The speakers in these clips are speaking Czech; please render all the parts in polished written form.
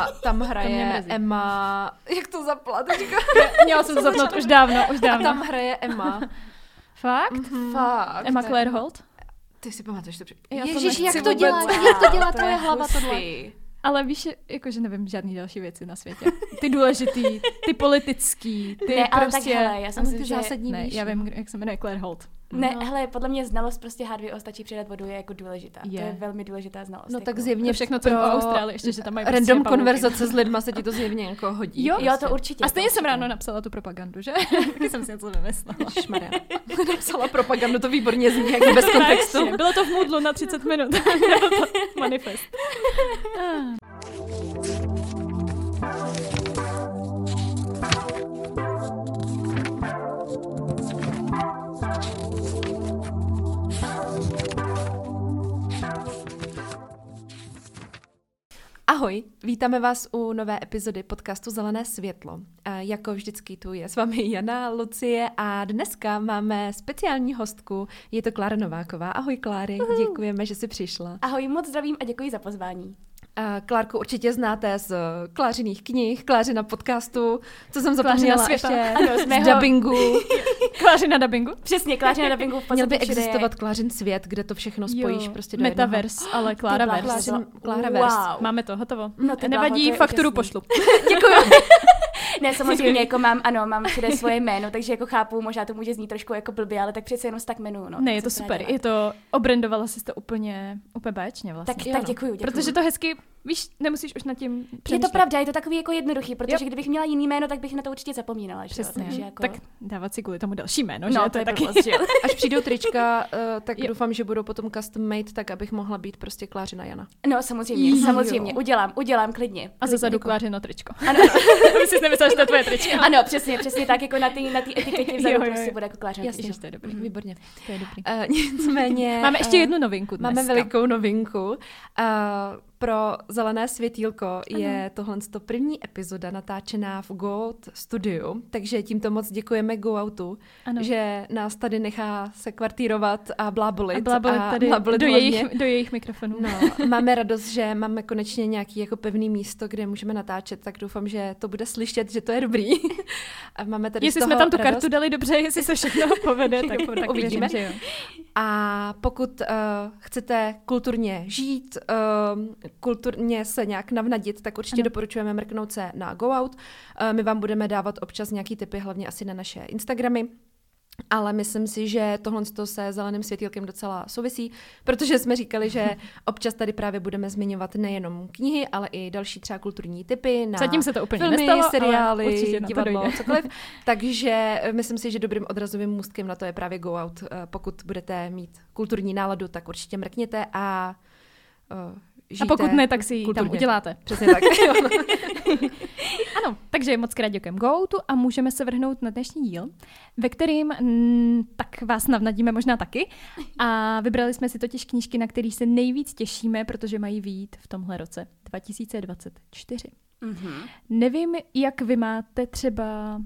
tam hraje Emma, jak to zapla teďka? Měla jsem to zapnout už dávno. A tam hraje Emma. Fakt? Fakt. Emma Claire Holt? Ty si pamatuješ dobře. Ježiš, jak to dělá tvoje hlava tohle? Ale víš, jakože nevím žádný další věci na světě. Ty důležitý, ty politický, ty ne, ale prostě... tak hele, já jsem si, ty že... zásadní Ne, víš. já vím, jak se jmenuje Claire Holt. Ne, hele, podle mě znalost prostě H2O stačí přidat vodu je jako důležitá. Je. To je velmi důležitá znalost. No jako. tak zjevně Všechno to o Austrálii, ještě, že tam mají prostě random pavouky. konverzace s lidma se ti to zjevně jako hodí. Jo, to určitě. A stejně to jsem určitě. ráno napsala tu propagandu, že? Taky jsem si něco vymyslela. Ježišmarja. Napsala propagandu, to výborně zní, jako bez kontextu. Bylo to v Moodlu na 30 minut. Manifest. Ahoj, vítáme vás u nové epizody podcastu Zelené světlo. Jako vždycky tu je s vámi Jana, Lucie a dneska máme speciální hostku, je to Klára Nováková. Ahoj Kláry, děkujeme, že jsi přišla. Ahoj, moc zdravím a děkuji za pozvání. Klárku určitě znáte z Klářiných knih, Klářina podcastu, co jsem zapomněla ještě, ano, z dubbingu. Kláři na dubbingu? Přesně, Kláři na dubbingu v podstatě Měl by všude existovat Klářin svět, kde to všechno spojíš prostě do Metaverse, ale Kláraverse. Kláraverse. Wow. Máme to, hotovo. No to Nevadí, to je fakturu úžasný. pošlu. Děkuji. Ne, samozřejmě, jako mám všude svoje jméno, takže jako chápu, možná to může znít trošku jako blbě, ale tak přece jenom tak jmenuju. No, Ne, je to super, je to, obrandovala jsi to úplně báječně vlastně. Tak děkuju. Protože to hezky, víš, nemusíš už nad tím přemýšlet. Je to pravda, je to takový jako jednoduchý, protože kdybych měla jiný jméno, tak bych na to určitě zapomínala. Přesně, takže jako... tak dávat si kvůli tomu další jméno, no, že? to je taky. taky. Až přijdou trička, tak doufám, že budou potom custom made, tak abych mohla být prostě Klářina Jana. No, samozřejmě, udělám klidně. A zezadu Klářino tričko. Ano. Aby jsi nemyslela, že to je tvoje tričko. Ano, přesně tak, jako na té etiketě vzadu prostě bude jako Klářina. Jasně, to je dobrý. Výborně. To je dobrý. Nicméně... Máme ještě jednu novinku dneska. Máme velikou novinku. Pro Zelené světýlko je tohle první epizoda natáčená v Go Out studiu, takže tímto moc děkujeme Go Outu, že nás tady nechá se kvartírovat a blábolit. Tady do jejich mikrofonů. No, máme radost, že máme konečně nějaký jako pevný místo, kde můžeme natáčet, tak doufám, že to bude slyšet, že to je dobrý. A máme tady jestli jsme tam tu kartu dali dobře, jestli se všechno povede, tak uvidíme. Věřím, že jo. A pokud chcete kulturně žít, kulturně se nějak navnadit, tak určitě doporučujeme mrknout se na Go Out. My vám budeme dávat občas nějaký tipy, hlavně asi na naše Instagramy. Ale myslím si, že tohle se Zeleným světýlkem docela souvisí, protože jsme říkali, že občas tady právě budeme zmiňovat nejenom knihy, ale i další třeba kulturní tipy na zatím se to úplně filmy, nestalo, seriály, divadlo, cokoliv. Takže myslím si, že dobrým odrazovým můstkem na to je právě Go Out. Pokud budete mít kulturní náladu, tak určitě mrkněte a žijte. A pokud ne, tak si ji tam uděláte. Přesně tak. Ano, takže moc krát děkujeme Go Outu a můžeme se vrhnout na dnešní díl, ve kterým tak vás navnadíme možná taky. A vybrali jsme si totiž knížky, na které se nejvíc těšíme, protože mají vyjít v tomhle roce 2024. Nevím, jak vy máte třeba...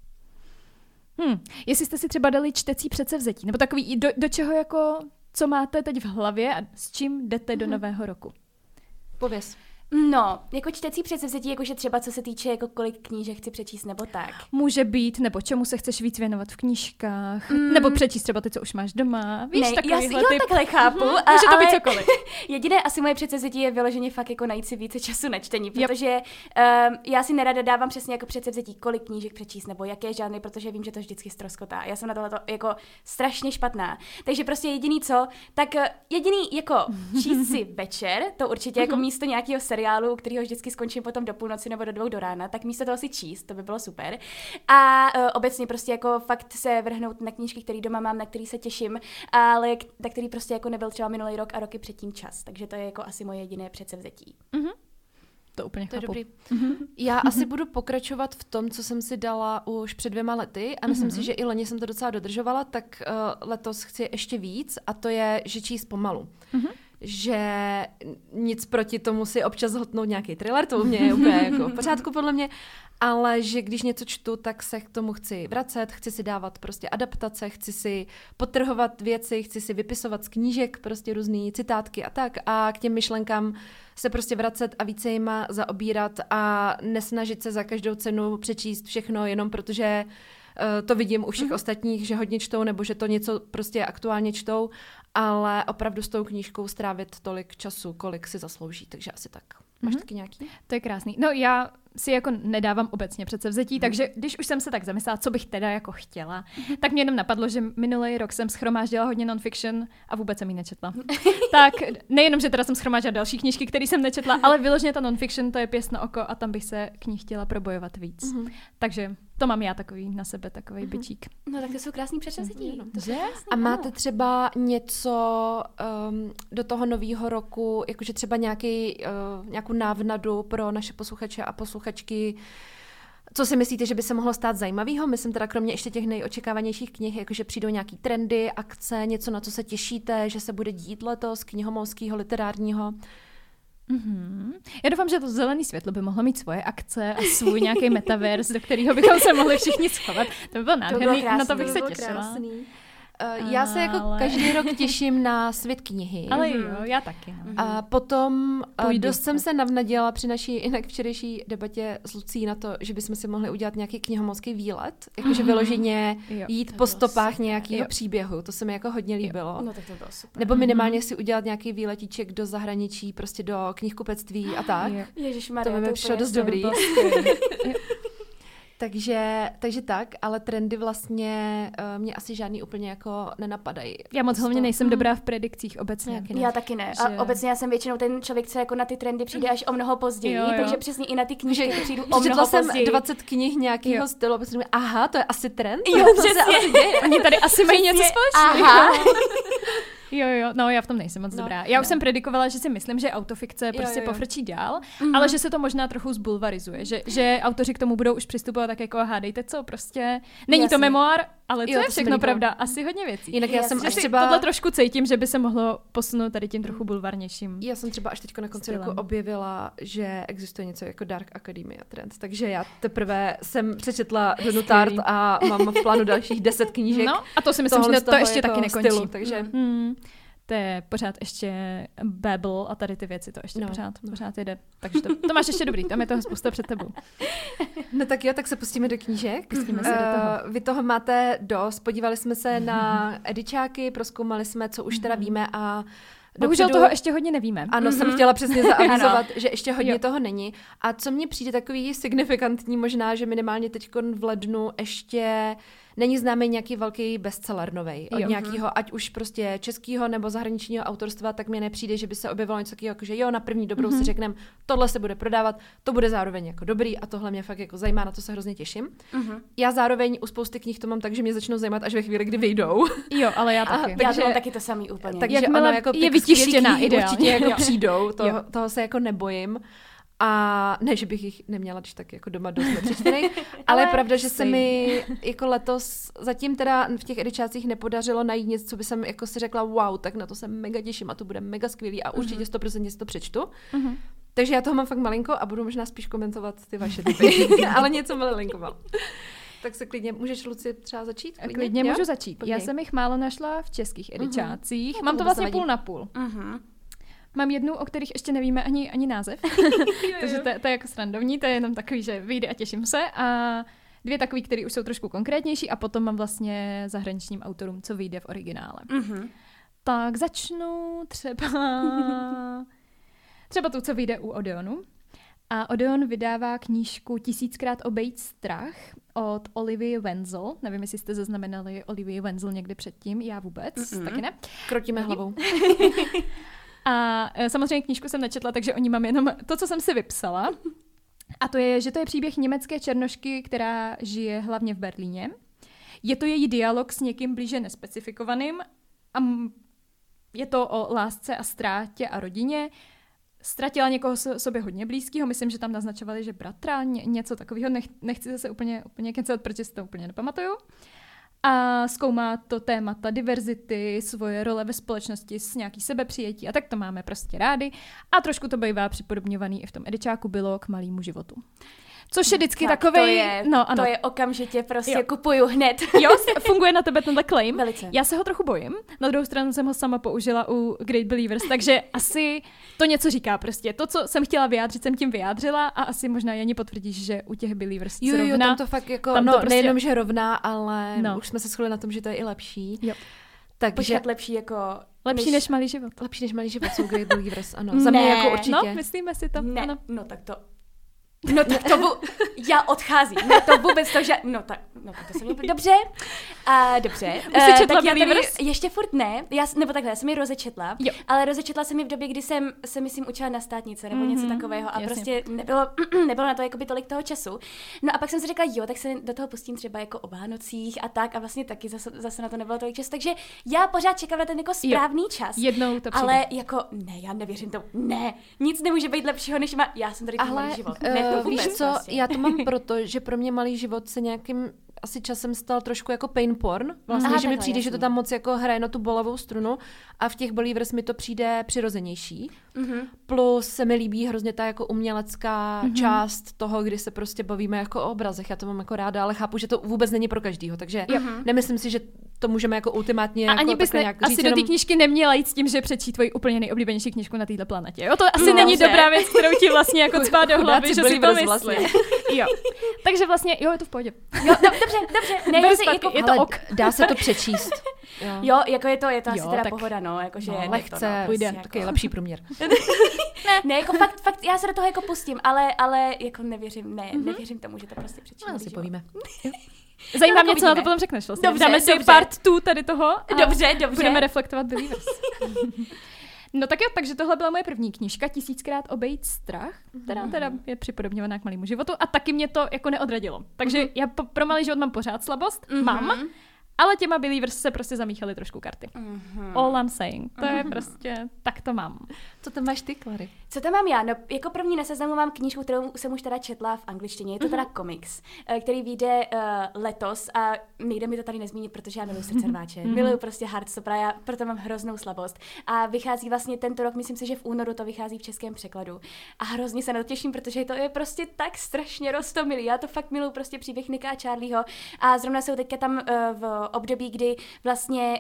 Jestli jste si třeba dali čtecí předsevzetí, nebo takový, do čeho jako, co máte teď v hlavě a s čím jdete do nového roku? Pověz. No, jako čtecí předsevzetí, jakože třeba co se týče, jako kolik knížek chci přečíst, nebo tak. Může být, nebo čemu se chceš víc věnovat v knížkách, nebo přečíst třeba ty, co už máš doma. Víš, jo, takhle chápu. Může to být cokoliv. Jediné asi moje předsevzetí je vyloženě fakt jako najít si více času na čtení, protože já si nerada dávám přesně jako předsevzetí, kolik knížek přečíst, nebo jaké žánry, protože vím, že to vždycky ztroskotá. Já jsem na tohle jako strašně špatná. Takže prostě jediný jako číst si večer, to určitě jako místo nějakého seriálu, u kterého vždycky skončím potom do půlnoci nebo do 2 do rána, tak místo toho si číst, to by bylo super. A obecně prostě jako fakt se vrhnout na knížky, které doma mám, na který se těším, ale na který prostě jako nebyl třeba minulý rok a roky předtím čas. Takže to je jako asi moje jediné předsevzetí. To úplně chápu. To je dobrý. Já asi budu pokračovat v tom, co jsem si dala už před 2 lety a myslím si, že i loni jsem to docela dodržovala, tak letos chci ještě víc a to je, že číst pomalu. že nic proti tomu si občas hltnout nějaký thriller, to u mě je úplně jako v pořádku podle mě, ale že když něco čtu, tak se k tomu chci vracet, chci si dávat prostě adaptace, chci si podtrhovat věci, chci si vypisovat z knížek prostě různý citátky a tak a k těm myšlenkám se prostě vracet a více jima zaobírat a nesnažit se za každou cenu přečíst všechno jenom protože to vidím u všech ostatních, že hodně čtou nebo že to něco prostě aktuálně čtou, ale opravdu s tou knížkou strávit tolik času, kolik si zaslouží, takže asi tak. Máš taky nějaký? To je krásný. No já si jako nedávám obecně předsevzetí, takže když už jsem se tak zamyslela, co bych teda jako chtěla, tak mě jenom napadlo, že minulý rok jsem shromáždila hodně non-fiction a vůbec jsem ji nečetla. Tak nejenom, že teda jsem shromáždila další knížky, které jsem nečetla, ale vyloženě ta non-fiction, to je pěst na oko a tam bych se k ní chtěla probojovat víc. Takže to mám já takový na sebe, takový bičík. No tak to jsou krásný předsevzetí. A máte třeba něco do toho nového roku, jakože třeba nějakou návnadu pro naše posluchače a posluchačky, co si myslíte, že by se mohlo stát zajímavého? Myslím teda kromě ještě těch nejočekávanějších knih, jakože přijdou nějaký trendy, akce, něco, na co se těšíte, že se bude dít letos, knihomolského, literárního. Já doufám, že to zelený světlo by mohlo mít svoje akce a svůj nějaký metaverse, do kterého bychom se mohli všichni schovat. To by bylo nádherný, na to bych se těšila. Krásný. Já se jako každý rok těším na Svět knihy. Ale jo, já taky. No. A potom dost jsem se navnaděla při naší jinak včerejší debatě s Lucí na to, že bychom si mohli udělat nějaký knihomolský výlet, jakože vyloženě jít po stopách nějakého příběhu. To se mi jako hodně líbilo. No tak to bylo super. Nebo minimálně si udělat nějaký výletíček do zahraničí, prostě do knihkupectví a tak. Ježišmarja, to by mi přišlo dost dobrý. Takže tak, ale trendy vlastně mě asi žádný úplně jako nenapadají. Já moc hlavně nejsem dobrá v predikcích obecně. Já taky ne. A obecně já jsem většinou ten člověk, co jako na ty trendy přijde až o mnoho později, takže přesně i na ty knížky přijdu o mnoho později. Jsem 20 knih nějakého stylu a potom aha, to je asi trend? Jo, přesně. Oni tady asi mají něco společného. Aha. Jo, no já v tom nejsem moc dobrá. Já už jsem predikovala, že si myslím, že autofikce prostě pofrčí dál, ale že se to možná trochu zbulvarizuje, že autoři k tomu budou už přistupovat tak jako hádejte co, prostě není to memoár, ale to je všechno pravda, asi hodně věcí. Jinak já jsem až třeba tohle trošku cítím, že by se mohlo posunout tady tím trochu bulvarnějším. Já jsem třeba až teďko na konci roku objevila, že existuje něco jako Dark Academia trend, takže já teprve jsem přečetla Donu Tart a mám v plánu dalších 10 knížek. No a to si myslím, že to ještě taky nekončí. Stylu, takže to je pořád ještě Babel a tady ty věci, to ještě pořád jede. Takže to máš ještě dobrý, tam je toho spousta před tebou. No tak jo, tak se pustíme do knížek. Pustíme se do toho. Vy toho máte dost, podívali jsme se na edičáky, prozkoumali jsme, co už teda víme a bohužel toho ještě hodně nevíme. Ano, jsem chtěla přesně zaavizovat, že ještě hodně toho není. A co mně přijde takový signifikantní možná, že minimálně teď v lednu ještě není známý nějaký velký bestseller novej od nějakého, ať už prostě českého nebo zahraničního autorstva, tak mi nepřijde, že by se objevilo něco takového, jako že jo, na první dobrou si řekneme, tohle se bude prodávat, to bude zároveň jako dobrý a tohle mě fakt jako zajímá, na to se hrozně těším. Já zároveň u spousty knih to mám tak, že mě začnou zajímat až ve chvíli, kdy vyjdou. Jo, ale já taky. Já to mám taky to samý úplně. Takže ono jako je vytištěná ideálně. Určitě jako přijdou, toho se jako nebojím. A ne, že bych jich neměla když tak jako doma dost nepřečtenej, ale je pravda, že se mi jako letos zatím teda v těch edičácích nepodařilo najít něco, co by jsem jako si řekla wow, tak na to se mega těším a to bude mega skvělý a určitě 100% si to přečtu. Takže já toho mám fakt malinko a budu možná spíš komentovat ty vaše typy, ale něco malinko mám. Tak se klidně, můžeš Luci třeba začít? Klidně můžu začít. Já jsem jich málo našla v českých edičácích. Mám to vlastně půl na půl. Mám jednu, o kterých ještě nevíme ani název, takže to je jako srandovní, to je jenom takový, že vyjde a těším se. A dvě takový, které už jsou trošku konkrétnější a potom mám vlastně zahraničním autorům, co vyjde v originále. Tak začnu třeba tu, co vyjde u Odeonu. A Odeon vydává knížku 1000krát obejít strach od Olivie Wenzel. Nevím, jestli jste zaznamenali Olivie Wenzel někdy předtím, já vůbec, taky ne. Krotíme hlavou. A samozřejmě knížku jsem nečetla, takže o ní mám jenom to, co jsem si vypsala. A to je, že to je příběh německé černošky, která žije hlavně v Berlíně. Je to její dialog s někým blíže nespecifikovaným a je to o lásce a ztrátě a rodině. Ztratila někoho sobě hodně blízkého, myslím, že tam naznačovali, že bratra, něco takového, nechci zase úplně kecat, protože si to úplně nepamatuju. a zkoumá to témata diverzity, svoje role ve společnosti, s nějaký sebepřijetí a tak to máme prostě rádi. A trošku to bývá připodobňovaný i v tom edičáku bylo k malému životu. Což je vždycky tak takovej... To je okamžitě prostě kupuju hned. Jo, funguje na tebe tenhle claim. Velice. Já se ho trochu bojím. Na druhou stranu jsem ho sama použila u Great Believers, takže asi to něco říká prostě. To, co jsem chtěla vyjádřit, jsem tím vyjádřila a asi možná Jani potvrdíš, že u těch Believers jo, rovná. tam to fakt jako, tam to prostě... nejenom, že rovná, ale už jsme se shodli na tom, že to je i lepší. Jo. Takže počkat lepší jako... Lepší než malý život. Lepší než malý život jsou Great Believers, ano. Za mě jako určitě. No, myslíme si to. Ne, ano. no tak to... já odcházím. Ne, to vůbec to, že... No tak to jsem dobře. Dobře. Už jsi četla tak Believers? Ještě furt ne. Nebo takhle, já jsem ji rozečetla. Jo. Ale rozečetla jsem ji v době, kdy jsem se, myslím, učila na státnice nebo něco takového. A prostě nebylo na to jakoby tolik toho času. No a pak jsem si řekla, jo, tak se do toho pustím třeba jako o Vánocích a tak. A vlastně taky zase na to nebylo tolik času. Takže já pořád čekám na ten jako správný čas. Jednou to přijde. Ale jako, ne, já nevěřím tomu. Ne, nic nemůže být lepšího, než já jsem tady malý život. Víš co, já to mám proto, že pro mě malý život se nějakým asi časem stal trošku jako pain porn. Vlastně, že mi přijde, že to tam moc jako hraje na tu bolavou strunu a v těch Believers mi to přijde přirozenější. Plus se mi líbí hrozně ta jako umělecká část toho, kdy se prostě bavíme jako o obrazech. Já to mám jako ráda, ale chápu, že to vůbec není pro každýho, takže nemyslím si, že to můžeme jako ultimátně a jako ani bys asi do té knížky neměla jít s tím, že přečí tvoji úplně nejoblíbenější knížku na této planetě. Jo? To asi není dobrá věc, kterou ti vlastně jako cpá do hlavy, že si to myslí. Vlastně. Jo. Takže vlastně, je to v pohodě. Jo, dobře. Ne, je to ok. Dá se to přečíst. Jo, jako je to asi teda pohoda, no, jakože lehce, půjde, jako... taky lepší průměr. ne, jako fakt, já se do toho jako pustím, ale jako nevěřím tomu, že to prostě přečím. No, si povíme. Zajímá mě, co na to potom řekneš vlastně. Dáme si part 2 tady toho a dobře. budeme reflektovat Believers. No tak jo, takže tohle byla moje první knížka, 1000krát obejít strach, která teda je připodobňovaná k malému životu a taky mě to jako neodradilo. Takže já pro malý život mám pořád slabost, mám, ale těma Believers se prostě zamíchaly trošku karty. All I'm saying. To je prostě, tak to mám. Co tam máš ty, Klary? Co tam mám já? No, jako první na seznamu mám knížku, kterou jsem už teda četla v angličtině. Je to teda komiks, který vyjde letos a nejde mi to tady nezmínit, protože já miluji srdcerváče. Miluji prostě hardstopera, já proto mám hroznou slabost. A vychází vlastně tento rok, myslím si, že v únoru to vychází v českém překladu. A hrozně se na to těším, protože to je prostě tak strašně roztomilý. Já to fakt miluji, prostě příběh Nicka a Charlieho. A zrovna jsou teďka tam v období, kdy vlastně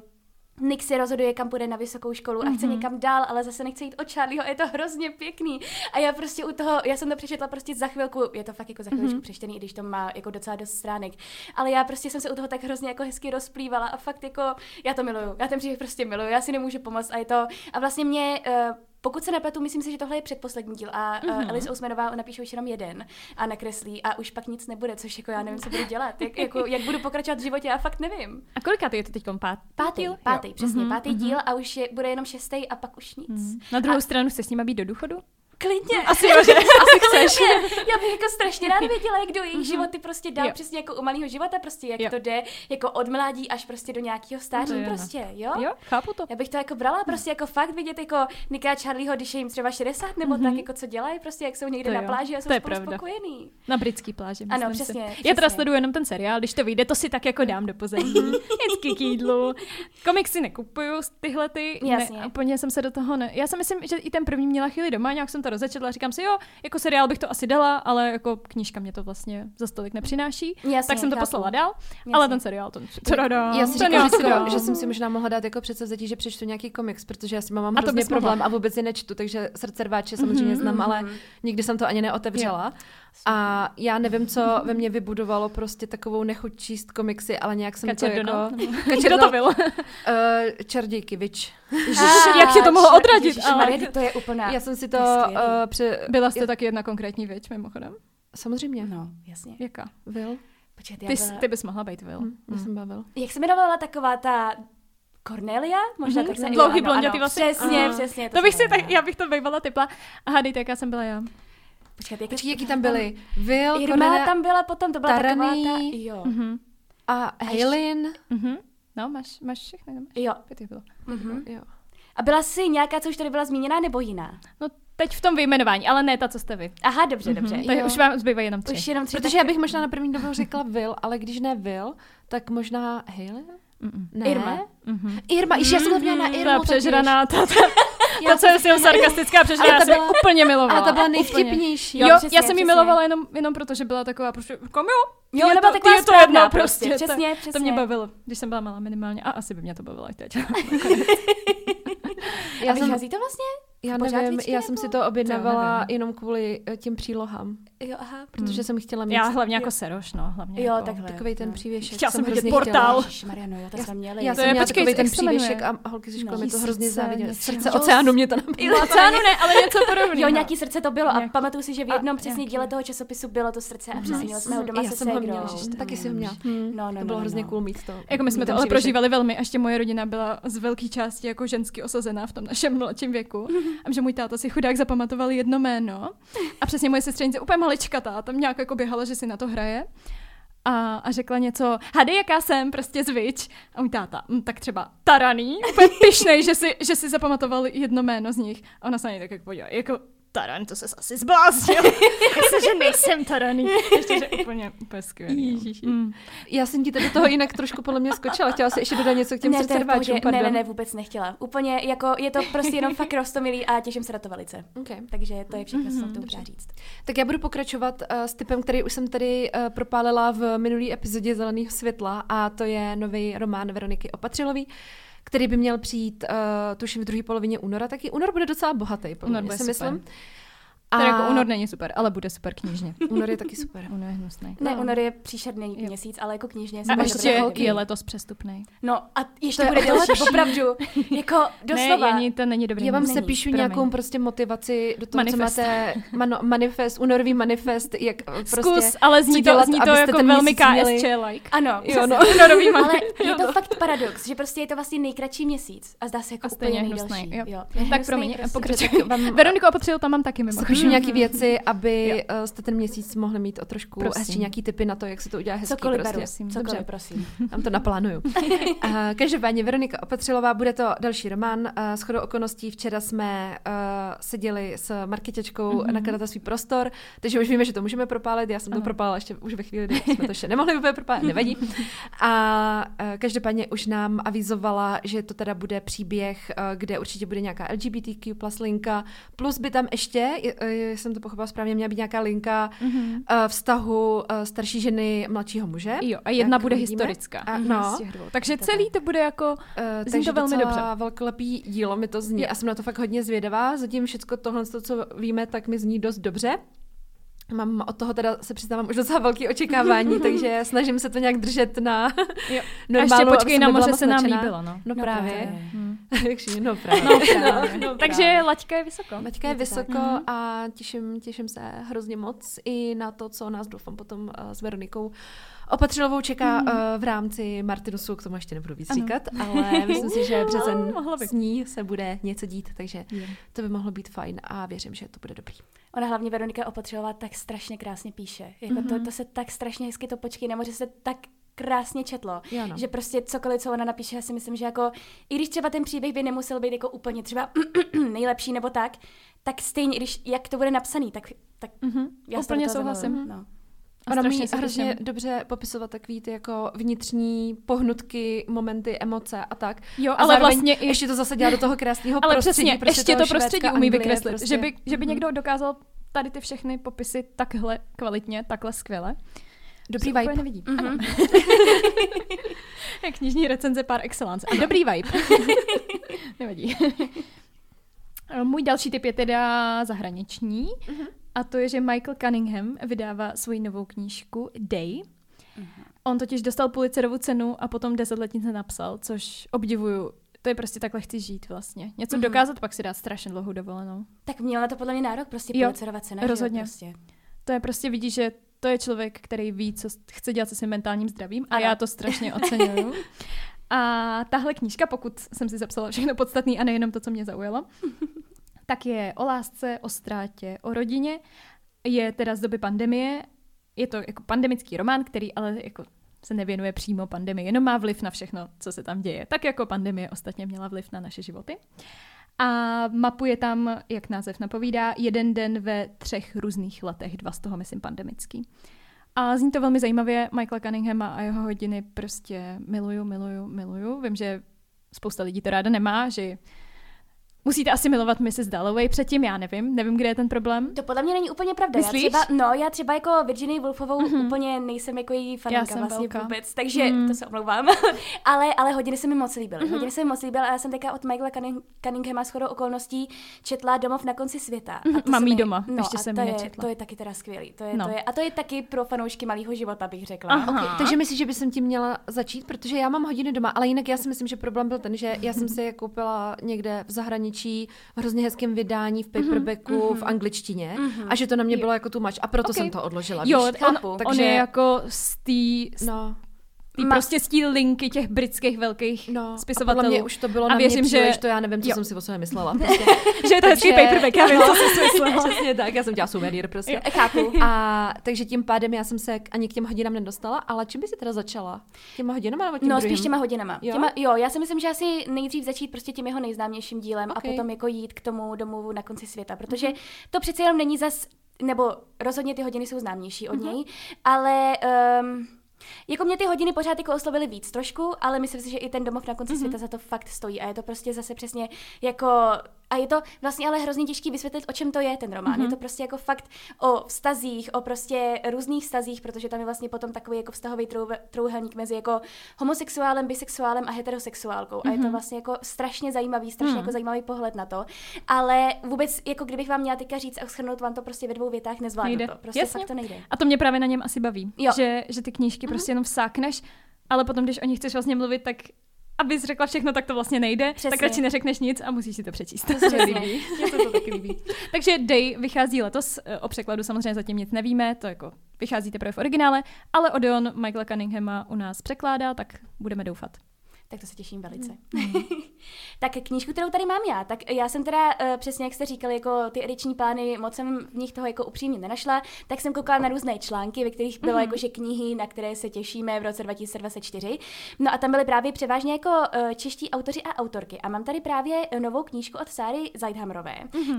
Nick si rozhoduje, kam půjde na vysokou školu a chce někam dál, ale zase nechce jít od Charlieho, je to hrozně pěkný. A já prostě u toho, já jsem to přečetla prostě za chvilku, je to fakt jako za chvíličku přečtený, i když to má jako docela dost stránek. Ale já prostě jsem se u toho tak hrozně jako hezky rozplývala a fakt jako, já to miluju, já ten příběh prostě miluju, já si nemůžu pomoct a je to, a vlastně mě... Pokud se nepletu, myslím si, že tohle je předposlední díl a Alice Ousmanová napíše už jenom jeden a nakreslí a už pak nic nebude, což jako já nevím, co budu dělat, jak budu pokračovat v životě, já fakt nevím. A kolikátý je to teď Pátý, přesně, pátý díl a už bude jenom 6. a pak už nic. Na druhou stranu chceš s nima být do důchodu? Klidně. Asi jo, že? Asi chceš. Já bych jako strašně rád věděla, jak jdou jejich životy prostě dál, přesně jako u malého života, prostě jak to jde, jako od mládí až prostě do nějakého stáří prostě, jo? Jo, chápu to. Já bych to jako brala, prostě jako fakt vidět jako Nicka a Charlieho, když je jim třeba 60 nebo tak, jako co dělají, prostě jak jsou někde na pláži a jsou spolu spokojení. Na britský pláži, ano, přesně. Já teda sleduju jenom ten seriál, když to vyjde, to si tak jako dám do pozadí. Vždycky k jídlu. Komiksy nekupuju, tyhle ty. Jasně. Úplně jsem se do toho Já si myslím, že i ten první měla chvíli doma, nějak jsem to rozečetla a říkám si, jo, jako seriál bych to asi dala, ale jako knížka mě to vlastně za stolik nepřináší. Jasně, tak jsem to poslala dál, ale ten seriál to dám. Já si říkám, že jsem si možná mohla dát jako předsevzetí, že přečtu nějaký komiks, protože já si mám hrozně problém a vůbec je nečtu, takže srdcerváče samozřejmě znám, ale nikdy jsem to ani neotevřela. A já nevím, co ve mně vybudovalo prostě takovou nechuť číst komiksy, ale nějak jsem to jako... Kdo to byl? Čarodějky, Witch. Jak tě to mohlo odradit? To je úplná... Já jsem si to... Byla jste taky jedna konkrétní Witch, mimochodem? Samozřejmě. No, jasně. Jaká? Will. Ty bys mohla být Will. Já jsem byla Will. Jak se jmenovala taková ta... Cornelia? Možná tak se dlouhý blondětý vlastně. Přesně. To bych si tak, já bych to bývala typla. Aha, dejte, jaká jsem byla já. Počkej, jaký tam byly? Will, Irma Cornelia, tam byla potom, to byla Tarani, taková ta... Jo. A Haylin. No, máš všechny, nemáš? Jo. Pět bylo. Jo. A byla si nějaká, co už tady byla zmíněná, nebo jiná? No, teď v tom vyjmenování, ale ne ta, co jste vy. Aha, dobře. Takže už vám zbývají jenom 3. Už jenom 3. Protože já bych možná na první dobrou řekla Will, ale když ne Will, tak možná Hailey? Ne? Irma. Irma, já jsem to měla na Irmu. Ta přežraná, ta co je jsem sarkastická přežraná, já jsem úplně milovala. Ale ta byla nejvtipnější. Jo, já jsem ji milovala jenom proto, že byla taková, protože Jo, nebyla taková je to jedno prostě. Přesně. To mě bavilo, když jsem byla malá minimálně. A asi by mě to bavilo i teď. A vychází to vlastně? Já nevím, já jsem si to objednávala jenom kvůli těm přílohám. Jo, aha. Protože jsem chtěla mít... Já hlavně jako seroš, no. Hlavně jo, jako, takhle. Takovej ten přívěšek. Chtěla jsem vidět portál. Mariano, jo, to jsme měli. Já jsem měla takovej ten přívěšek a holky ze školy mi to hrozně záviděly. Srdce oceánu mě to nabílo. Oceánu ne, ale něco podobného. Jo, nějaký srdce to bylo a pamatuju si, že v jednom přesně díle toho časopisu bylo to srdce a přesně měli jsme ho doma se ségrou. Taky jsem měla. To bylo hrozně cool mít to. Jako my jsme to ale prožívali velmi, a ještě moje rodina byla z velké části jako žensky osazená v tom našem mladším věku. A že můj táta si chudák zapamatoval jedno jméno a přesně moje sestřenice úplně maličkatá, tam nějak jako běhala, že si na to hraje a řekla něco, hady, jaká jsem, prostě zvič. A můj táta, tak třeba Taraný, úplně pyšnej, že si zapamatoval jedno jméno z nich. A ona se na něj tak jako podívala, jako Taran, to ses asi zbláznil. Myslím, že nejsem Taraný. Ještě, že úplně skvělý. Já jsem ti tady toho jinak trošku podle mě skočila. Chtěla jsi ještě dodat něco k těm srdcerváčům, pardon. Ne, vůbec nechtěla. Úplně jako je to prostě jenom fakt roztomilý a těším se na to velice. Okay. Takže to je všechno, co jsem tomu chtěla říct. Tak já budu pokračovat s tipem, který už jsem tady propálila v minulý epizodě Zeleného světla a to je nový román Veroniky Opatřilové, který by měl přijít, tuším, v druhé polovině února. Taky únor bude docela bohatý, únor si myslím. A... jako únor není super, ale bude super knižně. Únor je taky super. Únor je hnusný. Ne, únor je příšerný měsíc, ale jako knižně. A ještě je letos přestupný. No a ještě bude další, opravdu. Jako doslova. Ne, to není dobrý. Já vám se píšu nějakou prostě motivaci do toho, manifest. co máte manifest, únorový manifest, jak prostě zkus, ale zní to jako velmi KSČ-like. Ano, jo, no. Únorový manifest. Ale je to fakt paradox, že prostě je to vlastně nejkratší měsíc a zdá se jako úplně nejdelší. Tak promiň, pokračuj. Veroniku Opatřilovou tam mám taky mimo. Píšu nějaký věci, aby jste ten měsíc mohli mít o trošku hezčí nějaký tipy na to, jak se to udělá hezky. Cokoliv, prosím. Tam to naplánuju. Každopádně Veronika Opatřilová, bude to další román. Shodou okolností včera jsme seděli s marketěčkou nakladatelství Prostor, takže už víme, že to můžeme propálit. Já jsem to propálila ještě už ve chvíli, kdy jsme to ještě nemohli úplně propálit, nevadí. A každopádně už nám avizovala, že to teda bude příběh, kde určitě bude nějaká LGBTQ plus linka, plus by tam ještě, jsem to pochopila správně, měla být nějaká linka vztahu starší ženy, mladšího muže. Jo, a jedna bude historická. Takže celý to bude jako, zní to velmi dobře. Velkolepý dílo mi to zní a jsem na to fakt hodně zvědavá. Zatím všechno tohle, co víme, tak mi zní dost dobře. Mám od toho teda, se přiznávám, už docela velké očekávání, takže snažím se to nějak držet na normálu. A ještě počkej, na moře se nám líbilo, no. No právě. No právě. Takže laťka je vysoko. Laťka je vysoko a těším se hrozně moc i na to, co nás doufám potom s Veronikou Opatřilovou čeká v rámci Martinusu, k tomu ještě nebudu víc říkat, ale myslím si, že březen s ní se bude něco dít, takže to by mohlo být fajn a věřím, že to bude dobrý. Ona hlavně Veronika Opatřilová tak strašně krásně píše. Jako to se tak strašně hezky to Počkej na moři se tak krásně četlo, že prostě cokoliv, co ona napíše, já si myslím, že jako, i když třeba ten příběh by nemusel být jako úplně třeba nejlepší nebo tak stejně, když jak to bude napsaný, tak já úplně souhlasím. No. Ona umí hrozně dobře popisovat takový ty jako vnitřní pohnutky, momenty, emoce a tak. Jo, ale vlastně ještě to zase dělá do toho krásného ale prostředí. Přesně, ještě to prostředí umí vykreslit. Prostě. Že by někdo dokázal tady ty všechny popisy takhle kvalitně, takhle skvěle. Dobrý vibe. Nevidí. Ano. Knižní recenze par excellence. A dobrý vibe. Nevadí. Můj další tip je teda zahraniční. A to je, že Michael Cunningham vydává svoji novou knížku Day. On totiž dostal Pulitzerovu cenu a potom 10 let nic napsal, což obdivuju. To je prostě takhle chci žít vlastně. Něco dokázat, pak si dát strašně dlouhou dovolenou. Tak měla to podle mě nárok, prostě Pulitzerova cena. Rozhodně. Prostě. To je prostě, vidíš, že to je člověk, který ví, co chce dělat se svým mentálním zdravím a já to strašně oceňuju. A tahle knížka, pokud jsem si zapsala všechno podstatné a nejenom to, co mě zaujalo, tak je o lásce, o ztrátě, o rodině. Je teda z doby pandemie. Je to jako pandemický román, který ale jako se nevěnuje přímo pandemii, jenom má vliv na všechno, co se tam děje. Tak jako pandemie ostatně měla vliv na naše životy. A mapuje tam, jak název napovídá, 1 den ve 3 různých letech, 2 z toho, myslím, pandemický. A zní to velmi zajímavě, Michaela Cunninghama a jeho hodiny prostě miluju. Vím, že spousta lidí to ráda nemá, že musíte asi milovat Mrs. Dalloway předtím, já nevím, kde je ten problém. To podle mě není úplně pravda. Myslíš? Já třeba jako Virginia Woolfovou úplně nejsem jako její faninka vlastně velká. vůbec, takže to se omlouvám. ale hodiny se mi moc líbily. Hodiny se mi moc líbily a já jsem teďka od Michaela Cunninghama shodou okolností četla Domov na konci světa. Mám jí doma, ještě jsem ji nečetla. To je taky teda skvělý. To je taky pro fanoušky malého života, bych řekla. Okay, takže myslíš, že bych tím měla začít, protože já mám hodiny doma, ale jinak já si myslím, že problém byl ten, že já jsem si je koupila někde v zahraničí v hrozně hezkém vydání v paperbacku v angličtině a že to na mě bylo jako too much a proto jsem to odložila. Jo, víš? On je jako prostě z té linky těch britských velkých spisovatelů. A podle mě už to bylo a na věřím, mě příliš, to já nevím, co jsem si o sobě myslela. Prostě. Že je to hezký paperback, já vím, co jsi myslela. Přesně tak, já jsem dělala suvenýr prostě. Chápu. A takže tím pádem já jsem se ani k těm hodinám nedostala, ale čím by si teda začala? Těma hodinama nebo tím druhým? Spíš těma hodinama. Jo, já si myslím, že asi nejdřív začít prostě tím jeho nejznámějším dílem a potom jako jít k tomu domovu na konci světa, protože to přece jenom není zas, nebo rozhodně ty hodiny jsou známější od něj, ale jako mě ty hodiny pořád jako oslovily víc trošku, ale myslím si, že i ten Domov na konci světa za to fakt stojí a je to prostě zase přesně jako, a je to vlastně ale hrozně těžký vysvětlit, o čem to je ten román. Je to prostě jako fakt o vztazích, o prostě různých vztazích, protože tam je vlastně potom takový jako vztahový trojúhelník mezi jako homosexuálem, bisexuálem a heterosexuálkou. A je to vlastně jako strašně zajímavý, jako zajímavý pohled na to. Ale vůbec, jako kdybych vám měla teďka říct a shrnout vám to prostě ve 2 větách, nezvládnu to. Prostě fakt to nejde. A to mě právě na něm asi baví, že ty knížky prostě jenom vsákneš, ale potom, když o nich chceš vlastně mluvit, tak abys řekla všechno, tak to vlastně nejde. Přesně. Tak radši neřekneš nic a musíš si to přečíst. To se líbí. Mně se to taky líbí. Takže Day vychází letos, o překladu samozřejmě zatím nic nevíme, to jako vychází teprve v originále, ale Odeon Michaela Cunninghama u nás překládá, tak budeme doufat. Tak to se těším velice. Tak knížku, kterou tady mám já, tak já jsem teda přesně, jak jste říkali, jako ty ediční plány, moc jsem v nich toho jako upřímně nenašla, tak jsem koukala na různé články, ve kterých bylo jakože knihy, na které se těšíme v roce 2024. No a tam byly právě převážně jako čeští autoři a autorky. A mám tady právě novou knížku od Sáry Zeithammerové,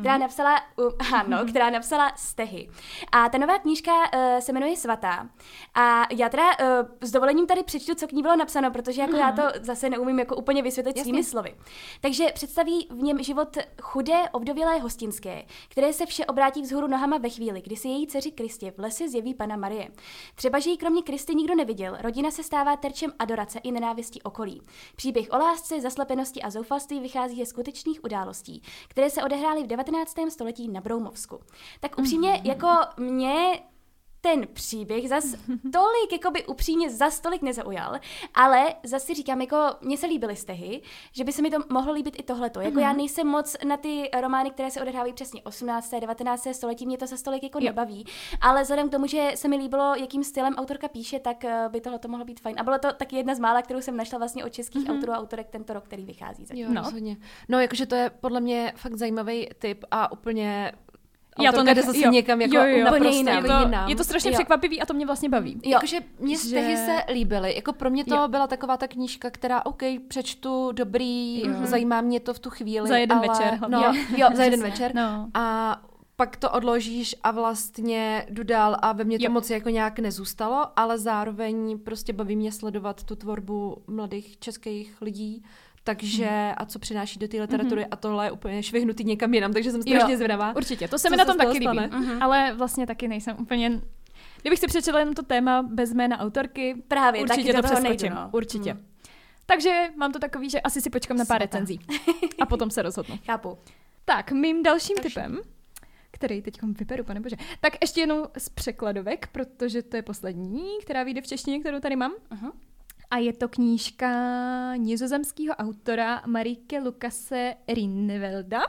která napsala Stehy. A ta nová knížka se jmenuje Svatá. A já teda s dovolením tady přečtu, co k ní bylo napsáno, protože jako já to zase neumím jako úplně vysvětlit svými slovy. Takže představí v něm život chudé, ovdovělé hostinské, které se vše obrátí vzhůru nohama ve chvíli, kdy se její dceři Kristě v lese zjeví Panna Marie. Třeba, že ji kromě Kristy nikdo neviděl, rodina se stává terčem adorace i nenávistí okolí. Příběh o lásce, zaslepenosti a zoufalství vychází ze skutečných událostí, které se odehrály v 19. století na Broumovsku. Tak upřímně, jako mě ten příběh zas tolik, jakoby upřímně zas tolik nezaujal, ale zase říkám, jako mně se líbily Stehy, že by se mi to mohlo líbit i tohleto. Jako já nejsem moc na ty romány, které se odehrávají přesně 18. 19. století, mě to zas tolik jako nebaví, ale vzhledem k tomu, že se mi líbilo, jakým stylem autorka píše, tak by tohleto mohlo být fajn. A bylo to taky jedna z mála, kterou jsem našla vlastně od českých autorů a autorek tento rok, který vychází. No, jakože to je podle mě fakt zajímavý tip a úplně autorka jde zase někam jako naprosto jinam. Je to strašně překvapivý a to mě vlastně baví. Jakože mě Stehy se líbily. Jako pro mě to byla taková ta knížka, která přečtu, dobrý, zajímá mě to v tu chvíli. Za jeden večer. Za jeden večer. No. A pak to odložíš a vlastně jdu dál a ve mně to moc jako nějak nezůstalo, ale zároveň prostě baví mě sledovat tu tvorbu mladých českých lidí. Takže a co přináší do té literatury a tohle je úplně švihnutý někam jinam, takže jsem strašně zvědavá. Určitě, to se mi na tom taky líbí. Ale vlastně taky nejsem úplně... Kdybych si přečetla jenom to téma bez jména autorky, právě, určitě to přeskočím. Určitě. Takže mám to takový, že asi si počkám na pár recenzí a potom se rozhodnu. Chápu. Tak, mým dalším tipem, který teď vyberu, pane bože. Tak ještě jednou z překladovek, protože to je poslední, která vyjde v češtině, kterou tady mám. A je to knížka nizozemského autora Marieke Lukase Rinnevelda.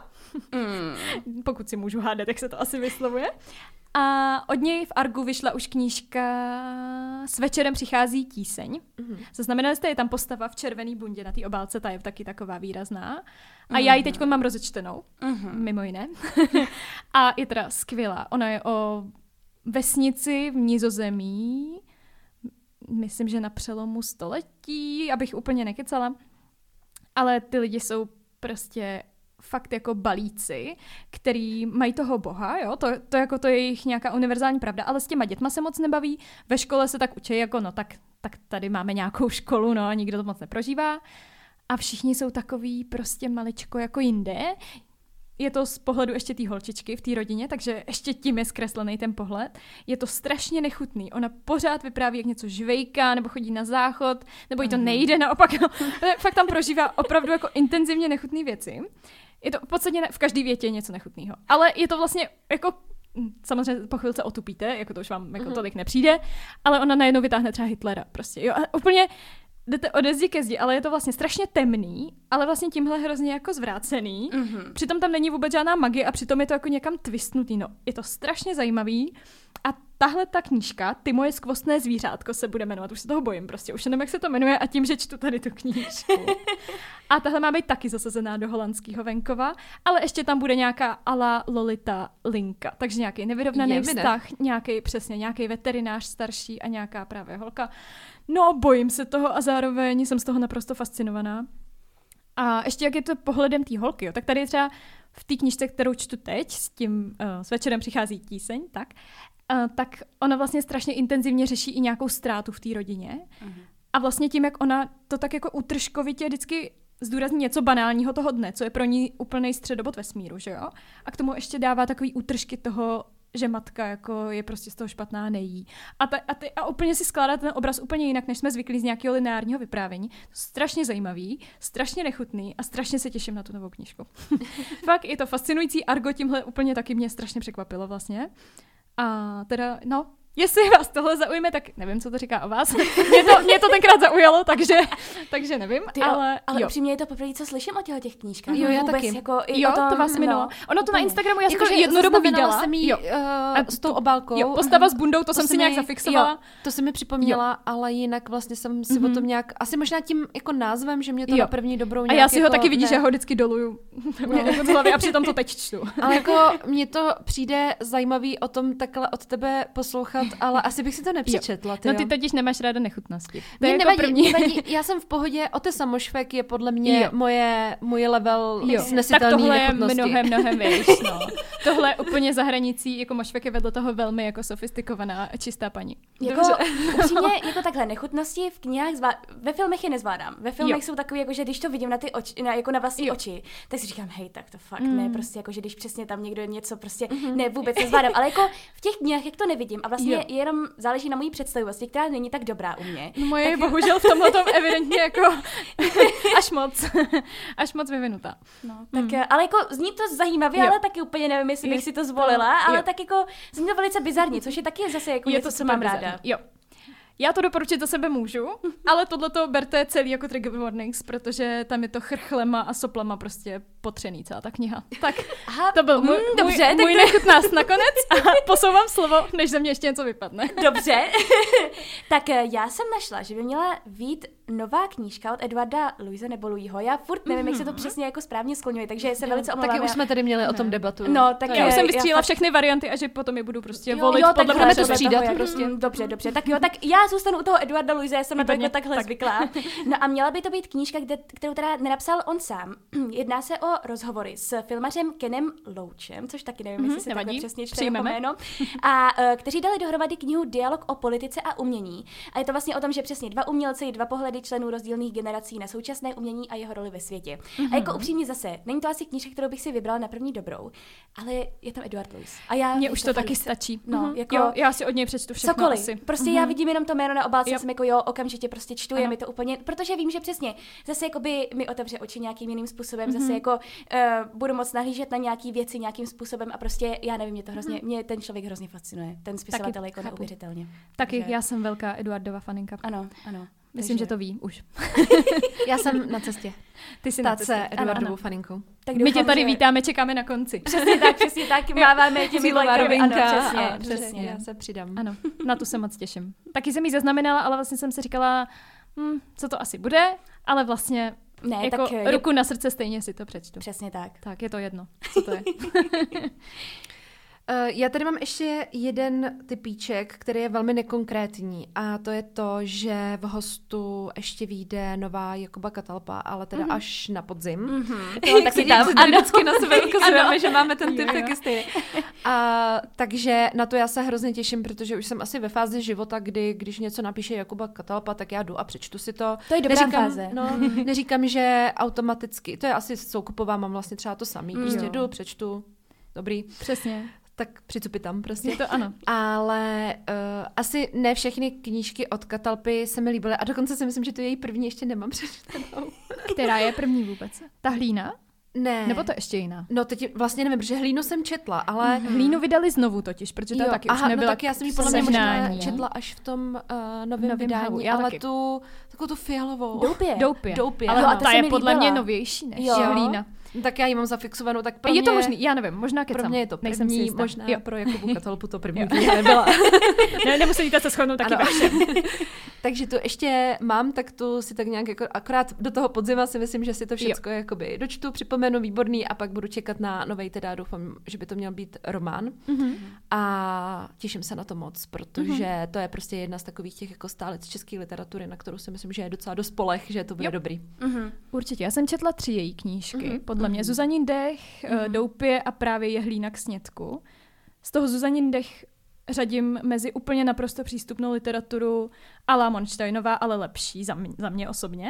Pokud si můžu hádat, jak se to asi vyslovuje. A od něj v Argu vyšla už knížka S večerem přichází tíseň. Zaznamenali jste, je tam postava v červený bundě na té obálce, ta je taky taková výrazná. A já ji teď mám rozečtenou, mimo jiné. A je teda skvělá. Ona je o vesnici v Nizozemí, myslím, že na přelomu století, abych úplně nekecala. Ale ty lidi jsou prostě fakt jako balíci, který mají toho boha, jo, to je jejich nějaká univerzální pravda, ale s těma dětma se moc nebaví, ve škole se tak učí, jako no tak tady máme nějakou školu, no a nikdo to moc neprožívá a všichni jsou takový prostě maličko jako jinde. Je to z pohledu ještě té holčičky v té rodině, takže ještě tím je zkreslený ten pohled. Je to strašně nechutný. Ona pořád vypráví, jak něco žvejká, nebo chodí na záchod, nebo jí to nejde, naopak. Fakt tam prožívá opravdu jako intenzivně nechutné věci. Je to v podstatě v každé větě něco nechutného. Ale je to vlastně jako, samozřejmě po chvilce otupíte, jako to už vám jako tolik nepřijde, ale ona najednou vytáhne třeba Hitlera prostě. Jo, a úplně jdete ode zdi ke zdi, ale je to vlastně strašně temný, ale vlastně tímhle hrozně jako zvrácený. Přitom tam není vůbec žádná magie a přitom je to jako někam twistnutý. No, je to strašně zajímavý a tahle ta knížka, Ty moje skvostné zvířátko se bude jmenovat. Už se toho bojím prostě, už nevím, jak se to jmenuje a tím, že čtu tady tu knížku. A tahle má být taky zasazená do holandského venkova, ale ještě tam bude nějaká ala Lolita linka, takže nějaký nevyrovnaný vztah, nějaký veterinář starší a nějaká právě holka. No, bojím se toho a zároveň jsem z toho naprosto fascinovaná. A ještě jak je to pohledem té holky, jo, tak tady třeba v té knížce, kterou čtu teď, s večerem přichází tíseň, tak ona vlastně strašně intenzivně řeší i nějakou ztrátu v té rodině. A vlastně tím, jak ona to tak jako útržkovitě vždycky zdůrazní něco banálního toho dne, co je pro ní úplnej středobod vesmíru, že jo? A k tomu ještě dává takový útržky toho, že matka jako je prostě z toho špatná, nejí. A úplně si skládá ten obraz úplně jinak, než jsme zvyklí z nějakého lineárního vyprávění. To je strašně zajímavý, strašně nechutný a strašně se těším na tu novou knížku. Fakt je to fascinující, Argo tímhle úplně taky mě strašně překvapilo vlastně. A teda, no, jestli vás tohle zaujme, tak nevím, co to říká o vás. Mě to tenkrát zaujalo, takže nevím. Ale upřímně je to poprvé, co slyším o těch knížkách. Jo, já taky. Jako, to vás minulo. Ono to na Instagramu, já jsem to jednu dobu viděla. Jsem jí, s tou obálkou. Jo, postava s bundou, to jsem si nějak zafixovala. Jo, to se mi připomněla, ale jinak vlastně jsem si o tom nějak, asi možná tím jako názvem, že mě to na první dobrou nějak. A já si ho taky vidíš, že ho vždycky doluju z hlavy a přitom to teď čtu. Ale jako mně to přijde zajímavý o tom takhle od tebe poslouchat, ale asi bych si to nepřečetla. No ty totiž nemáš ráda nechutnosti. To je jako první. Já jsem v pohodě, Ote samošvek je podle mě moje level snesitelný nechutnosti. Tak tohle je mnohem výš, no. Tohle je úplně za hranicí, jako mošvek je vedle toho velmi jako sofistikovaná čistá paní. Jako, upřímně, jako takhle nechutnosti v knihách ve filmech je nezvládám. Ve filmech jsou takový, jako, že když to vidím na ty oči, jako na vlastní oči, tak si říkám, hej, tak to fakt ne, prostě jako, že když přesně tam někdo něco prostě ne, vůbec nezvládám. Ale jako v těch knihách, jak to nevidím a vlastně jenom záleží na mojí představivosti, která není tak dobrá u mě. No moje je bohužel v tomhletom evidentně jako až moc vyvinutá. No, tak, ale jako zní to zajímavě, ale taky úplně nevím, jestli bych si to zvolila, ale tak jako zní to velice bizarní, což je taky zase jako něco, co mám ráda. Jo. Já to doporučit za sebe můžu, ale tohleto berte celý jako trigger warnings, protože tam je to chrchlema a soplama prostě potřený celá ta kniha. Tak to byl můj nechutnást nakonec a posouvám slovo, než ze mě ještě něco vypadne. Dobře. Tak já jsem našla, že by měla vyjít nová knížka od Eduarda Luise nebo Louisho. Já furt nevím, jak se to přesně jako správně skloňuje, takže se velice omlouvám. Taky už jsme tady měli o tom debatu. No, tak já už jsem vystřílela všechny varianty a že potom je budu prostě volit podle budeme to střídat prostě. Dobře. Tak jo, tak já zůstanu u toho Eduarda Luise, já jsem na to jako takhle zvyklá. No a měla by to být knížka, kterou teda nenapsal on sám. Jedná se o rozhovory s filmařem Kenem Loachem, což taky nevím, jestli se takhle přesně čte jeho jméno. A kteří dali dohromady knihu Dialog o politice a umění. A je to vlastně o tom, že přesně dva umělci, dva pohledy členů rozdílných generací na současné umění a jeho roli ve světě. A jako upřímně zase, není to asi knížka, kterou bych si vybrala na první dobrou, ale je tam Eduard Louis. A mně už to taky stačí. No, jako jo, já si od něj přečtu všechno cokoliv. Asi. Prostě já vidím jenom to jméno na obálce, jsem jako okamžitě prostě čtu, je mi to úplně, protože vím, že přesně zase jakoby mi otevře oči nějakým jiným způsobem, zase jako budu moc nahlížet na nějaký věci nějakým způsobem a prostě já nevím, mě ten člověk hrozně fascinuje, ten spisovatel jako neuvěřitelně. Taky já jsem velká Eduardova faninka. Ano. Myslím, že to ví už. Já jsem na cestě. Ty jsi na cestě. Eduardovou faninkou. Tak doufám, my tě tady vítáme, čekáme na konci. Přesně tak, máváme těmi vlajkami. Ano, přesně, já se přidám. Ano, na tu se moc těším. Taky jsem jí zaznamenala, ale vlastně jsem si říkala, co to asi bude, ale vlastně ne, jako tak ruku na srdce stejně si to přečtu. Přesně tak. Tak, je to jedno, co to je. Já tady mám ještě jeden typíček, který je velmi nekonkrétní a to je to, že v Hostu ještě vyjde nová Jakuba Catalpa, ale teda až na podzim. No, taky tam, ano. Vždycky na sebe ukazujeme, že máme ten typ taky stejný. Takže na to já se hrozně těším, protože už jsem asi ve fázi života, kdy když něco napíše Jakuba Catalpa, tak já jdu a přečtu si to. To je dobrá fáze. Neříkám, že automaticky, to je asi Soukupová, mám vlastně třeba to samý, prostě jdu, přečtu, dobrý. Přesně. Tak přicupitám prostě. Je to ano. Ale asi ne všechny knížky od Catalpy se mi líbily a dokonce si myslím, že tu její první ještě nemám přečtenou. Která je první vůbec? Ta Hlína? Ne. Nebo to ještě jiná? No teď vlastně nevím, protože Hlínu jsem četla, ale... Hlínu vydali znovu totiž, protože ta taky už nebyla. No tak já jsem ji podle mě možná četla až v tom novém vydání, ale taky. takovou tu fialovou. Doupě. Ale ta je podle mě novější než Hlína. Tak já ji mám zafixovanou, tak pro mě... Je to možný, já nevím, možná kecám. Pro mě je to první, možná pro Jakubu Catalpu to první nebyla. Nemusíte se shodnout taky ve všem. Takže tu ještě mám, tak tu si tak nějak jako akorát do toho podzima si myslím, že si to všechno jakoby dočtu, připomenu, výborný a pak budu čekat na novej, teda doufám, že by to měl být román. A těším se na to moc, protože to je prostě jedna z takových těch jako stálec české literatury, na kterou si myslím, že je docela dost spoleh, že to bude dobrý. Určitě, já jsem četla 3 její knížky, podle mě Zuzanin dech, Doupě a právě je Hlína k snědku. Z toho Zuzanin dech řadím mezi úplně naprosto přístupnou literaturu à la Monštejnová, ale lepší za mě osobně.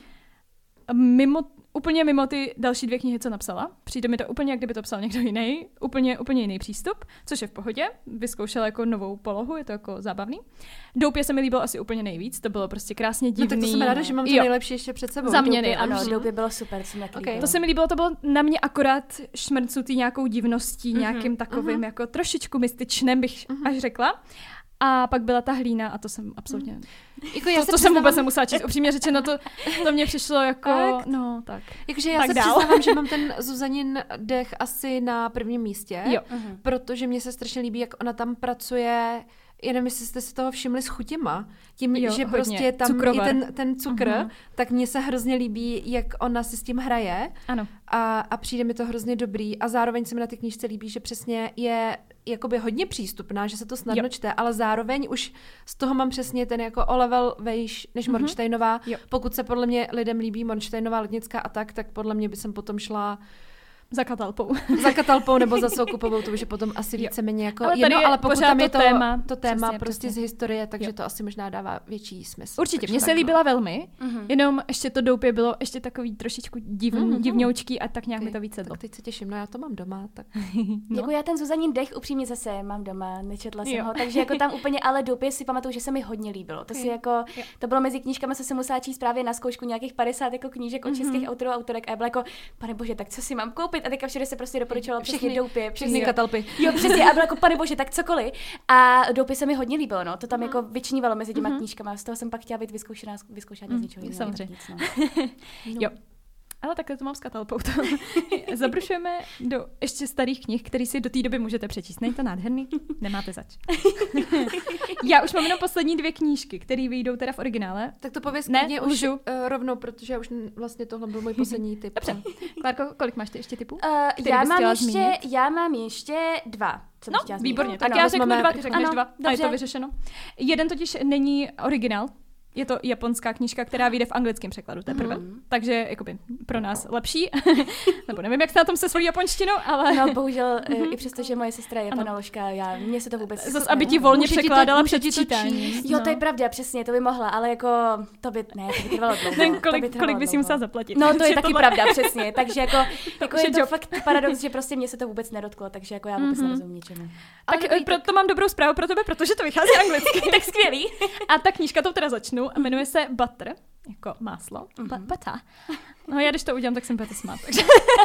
Úplně mimo ty další 2 knihy, co napsala. Přijde mi to úplně, jak kdyby to psal někdo jiný. Úplně jiný přístup, což je v pohodě. Vyzkoušela jako novou polohu, je to jako zábavný. Doupě se mi líbilo asi úplně nejvíc, to bylo prostě krásně divný. No tak to jsem ráda, že mám to nejlepší ještě před sebou. Za mě ano, Doupě bylo super, co mi líbilo. To se mi líbilo, to bylo na mě akorát šmrcnutý nějakou divností, nějakým takovým jako trošičku mystičném, bych až řekla. A pak byla ta Hlína a to jsem absolutně... Jako to jsem vůbec nemusela číst. Upřímně řečeno, to mě přišlo jako... No, tak. Jakože já tak se přiznávám, že mám ten Zuzanin dech asi na prvním místě, protože mně se strašně líbí, jak ona tam pracuje. Já nevím, jestli jste si toho všimli s chutěma. Tím, že hodně. Prostě tam cukrovar. Je ten cukr, tak mně se hrozně líbí, jak ona si s tím hraje. Ano. A přijde mi to hrozně dobrý. A zároveň se mi na té knížce líbí, že přesně je jakoby hodně přístupná, že se to snadno čte, ale zároveň už z toho mám přesně ten jako o level vejš než Monštejnová. Pokud se podle mě lidem líbí Monštejnová, Lednická a tak podle mě by jsem potom šla za Catalpou. Za Catalpou nebo za Soukupovou, to už je potom asi víceméně jako ale jedno, ale pokud tam je to téma prostě z historie, takže to asi možná dává větší smysl. Určitě, mně se líbila velmi, jenom ještě to Doupě bylo ještě takový trošičku divňoučký a tak nějak mi to víc sedlo. Tak teď se těším, no já to mám doma. Tak. Jako já ten Zuzanin dech upřímně zase mám doma, nečetla jsem ho, takže jako tam úplně, ale Doupě si pamatuju, že se mi hodně líbilo. To si jako, to bylo mezi knížkami, co jsem musela číst právě na zkoušku nějakých 50 jako knížek od českých autorů a autorek a já byla jako, pane bože, tak co si mám koupit? A teďka všude se prostě doporučovalo všechny Doupě, všechny Catalpy. Jo, přesně, a bylo jako, pane bože, tak cokoliv. A Doupě se mi hodně líbilo, no. To tam jako vyčnívalo mezi těma knížkama. Z toho jsem pak chtěla být vyzkoušená z něčeho jiného. Samozřejmě. Jo. Ale takhle to mám s Catalpou. Zabrušujeme do ještě starých knih, které si do té doby můžete přečíst. Není to nádherný? Nemáte zač. Já už mám jenom poslední 2 knížky, které vyjdou teda v originále. Tak to pověz klidně už rovnou, protože už vlastně tohle byl můj poslední tip. Dobře. Klárko, kolik máš ty ještě tipů? Já mám ještě 2. No, výborně. Tak já řeknu 2, ty řekneš 2. A je to vyřešeno. Jeden totiž není originál. Je to japonská knížka, která vyjde v anglickém překladu teprve. Takže jakoby pro nás lepší. Nebo nevím, jak se na tom se svojí japonštinou, ale... No, bohužel, i přesto, že moje sestra je japanoložka, mně se to vůbec... Zas, aby ti volně překládala před čítáním. Jo, to je pravda, přesně, to by mohla, ale jako to by trvalo dlouho. Kolik bys jim musela zaplatit? No, to je taky pravda, přesně. Takže jako je to fakt paradox, že prostě mě se to vůbec nedotklo, takže jako já vůbec nerozumím ničemu. Tak proto mám dobrou zprávu pro tebe, protože to vychází anglicky. Tak skvělý. A ta knížka to teda začnu a jmenuje se Butter, jako máslo. Butter. No já když to udělám, tak jsem bude smát. Takže.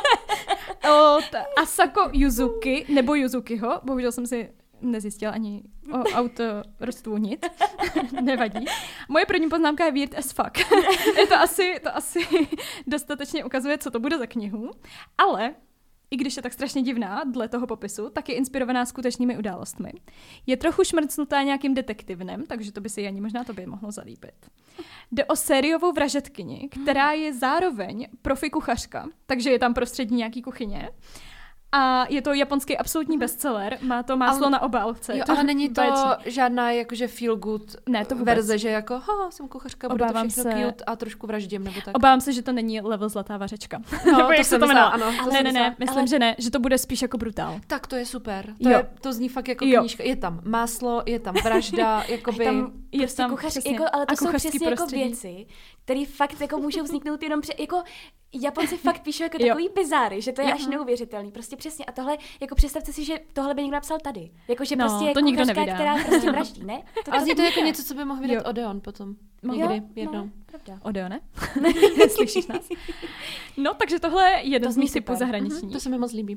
Od Asako Yuzuki, nebo Yuzukiho, bohužel jsem si nezjistila ani o autorstvu nic. Nevadí. Moje první poznámka je weird as fuck. to asi dostatečně ukazuje, co to bude za knihu. Ale i když je tak strašně divná dle toho popisu, tak je inspirovaná skutečnými událostmi. Je trochu šmrcnutá nějakým detektivnem, takže to by si ani možná tobě mohlo zalíbit. Jde o sériovou vražedkyni, která je zároveň profi kuchařka, takže je tam prostředí nějaký kuchyně. A je to japonský absolutní bestseller, má to máslo na obálce. Jo, ale není to žádná jakože feel good verze, že jako jsem kuchařka, bude to všechno cute a trošku vraždím, nebo tak. Obávám se, že to není level zlatá vařečka. No, to jsem myslela, ano. Ne, myslím, že ne, že to bude spíš jako brutál. Tak to je super. To zní fakt jako knížka. Je tam máslo, je tam vražda, jakoby... Je tam kuchař, jako, ale to jsou přesně jako věci, které fakt jako můžou vzniknout jenom jako Japonci fakt píšou jako takový bizáry, že to je až neuvěřitelný. Prostě přesně. A tohle, jako představte si, že tohle by někdo napsal tady. Jako, že prostě to nikdo nevydá. Která prostě vraždí, ne? A zní to jako něco, co by mohl vydat Odeon potom. Někdy, jednou. Odeone? Slyšíš nás? No, takže tohle je jedno z mých typů zahraniční. To se mi moc líbí.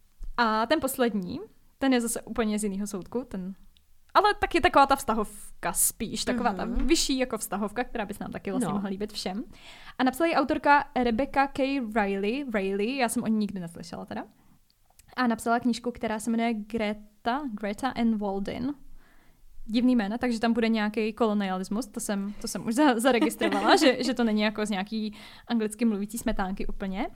A ten poslední, ten je zase úplně z jiného soudku, ale taky taková ta vztahovka spíš, taková ta vyšší jako vztahovka, která by se nám taky vlastně mohla líbit všem. A napsala ji autorka Rebecca K. Riley, já jsem o ní nikdy neslyšela teda. A napsala knížku, která se jmenuje Greta and Walden. Divný jméno, takže tam bude nějaký kolonialismus, to jsem už zaregistrovala, že to není jako z nějaký anglicky mluvící smetánky úplně.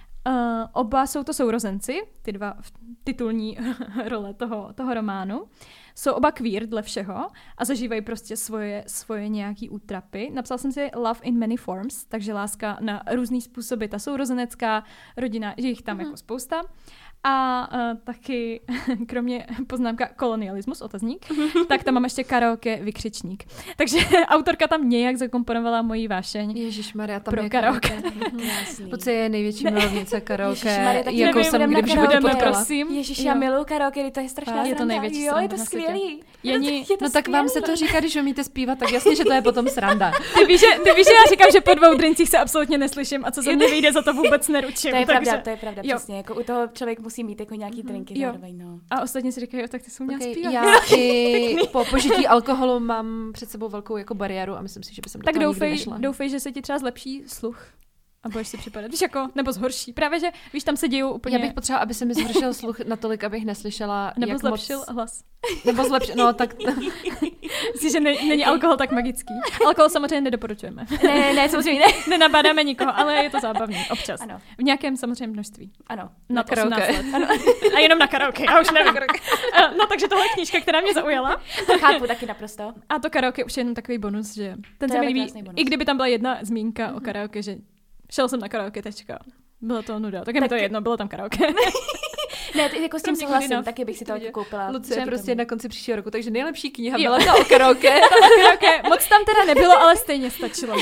Oba jsou to sourozenci, ty dva titulní role toho románu. Jsou oba queer dle všeho a zažívají prostě svoje nějaký útrapy. Napsal jsem si Love in Many Forms, takže láska na různý způsoby, ta sourozenecká rodina, že jich tam jako spousta. A taky, kromě poznámka kolonialismus, otazník, tak tam mám ještě karaoke vykřičník. Takže autorka tam nějak zakomponovala moji vášeň. Ježišmarja, tam pro je karaoke. Pocit je největší milovnice karaoke, Ježišmarja, jakou jsem kdy v životě potkala. Prosím. Ježiš, já miluju karaoke, to je strašná sranda. Je to největší sranda. Jo, je to skvělý. No tak vám se to říká, když umíte zpívat, tak jasně, že to je potom sranda. Ty víš, že já říkám, že po 2 drincích se absolutně neslyším a co ze mě vyjde, za to vůbec neručím. To je pravda, přesně. Jako u toho člověk musí mít jako nějaký drinky zároveň, no. A ostatně si říkají, tak ty jsou měla zpívat. Já i po požití alkoholu mám před sebou velkou jako bariéru a myslím si, že by jsem do toho nikdy nešla. Doufej, že se ti třeba zlepší sluch. A budeš si připadat, víš jako, nebo zhorší. Právě, že víš, tam se dějou úplně... Já bych potřebovala, aby se mi zhoršil sluch natolik, abych neslyšela, nebo jak zlepšil moc... hlas. Nebo zlepšil, no tak... Myslíš, že není alkohol tak magický. Alkohol samozřejmě nedoporučujeme. Ne, samozřejmě ne. Nenabádáme nikoho, ale je to zábavný, občas. Ano. V nějakém samozřejmě množství. Ano. Na karaoke. Ano. A jenom na karaoke, já už nevím. No takže tohle je knížka, která mě zaujala. To chápu taky naprosto. A to karaoke už je jenom takový bonus, že ten se mi líbí, i kdyby tam byla jedna zmínka o karaoke, že šel jsem na karaoke, tečka. Byla to nuda, tak je mi to jedno, bylo tam karaoke. Ne, ty jako s tím souhlasím, taky bych si to koupila. Lucie prostě na konci příštího roku, takže nejlepší kniha byla ta o karaoke. Moc tam teda nebylo, ale stejně stačilo.